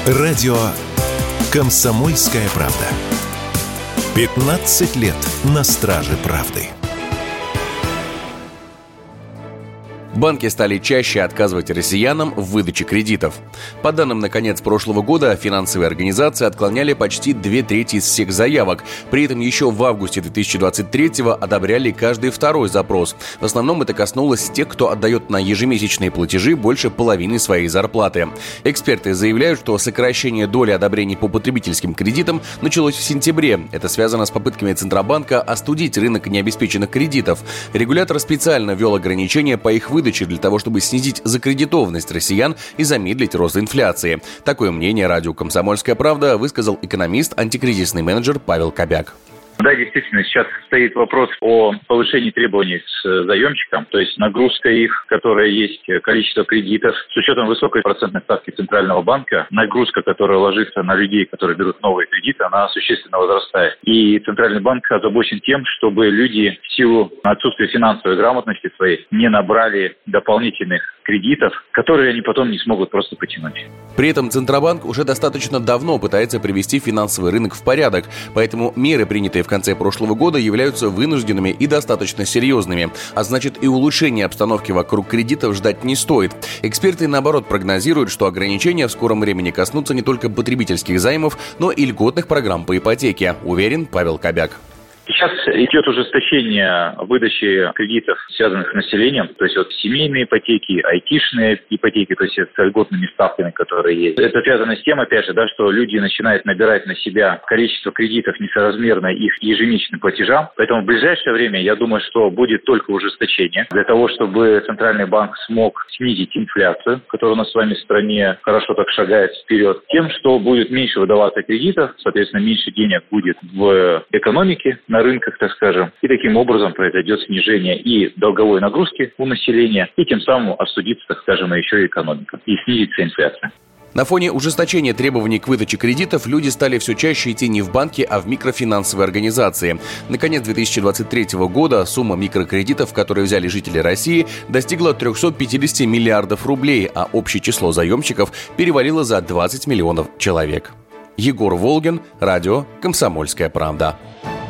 Радио «Комсомольская правда». 15 лет на страже правды. Банки стали чаще отказывать россиянам в выдаче кредитов. По данным на конец прошлого года, финансовые организации отклоняли почти 2/3 из всех заявок. При этом еще в августе 2023-го одобряли каждый второй запрос. В основном это коснулось тех, кто отдает на ежемесячные платежи больше половины своей зарплаты. Эксперты заявляют, что сокращение доли одобрений по потребительским кредитам началось в сентябре. Это связано с попытками Центробанка остудить рынок необеспеченных кредитов. Регулятор специально ввел ограничения по их выдаче для того, чтобы снизить закредитованность россиян и замедлить рост инфляции. Такое мнение радио «Комсомольская правда» высказал экономист, антикризисный менеджер Павел Кобяк. Да, действительно, сейчас стоит вопрос о повышении требований к заемщикам, то есть нагрузка их, которая есть, количество кредитов. С учетом высокой процентной ставки Центрального банка, нагрузка, которая ложится на людей, которые берут новые кредиты, она существенно возрастает. И Центральный банк озабочен тем, чтобы люди в силу отсутствия финансовой грамотности своей не набрали дополнительных кредитов, которые они потом не смогут просто потянуть. При этом Центробанк уже достаточно давно пытается привести финансовый рынок в порядок, поэтому меры, принятые в конце прошлого года, являются вынужденными и достаточно серьезными, а значит и улучшения обстановки вокруг кредитов ждать не стоит. Эксперты, наоборот, прогнозируют, что ограничения в скором времени коснутся не только потребительских займов, но и льготных программ по ипотеке, уверен Павел Кобяк. Сейчас идет ужесточение выдачи кредитов, связанных с населением, то есть семейные ипотеки, айтишные ипотеки, то есть с льготными ставками, которые есть. Это связано с тем, опять же, что люди начинают набирать на себя количество кредитов несоразмерно их ежемесячным платежам. Поэтому в ближайшее время, я думаю, что будет только ужесточение для того, чтобы Центральный банк смог снизить инфляцию, которая у нас с вами в стране хорошо так шагает вперед, тем, что будет меньше выдаваться кредитов, соответственно, меньше денег будет в экономике, на рынках, так скажем, и таким образом произойдет снижение и долговой нагрузки у населения, и тем самым остудится, так скажем, еще и экономика, и снизится инфляция. На фоне ужесточения требований к выдаче кредитов люди стали все чаще идти не в банки, а в микрофинансовые организации. На конец 2023 года сумма микрокредитов, которые взяли жители России, достигла 350 миллиардов рублей, а общее число заемщиков перевалило за 20 миллионов человек. Егор Волгин, радио «Комсомольская правда».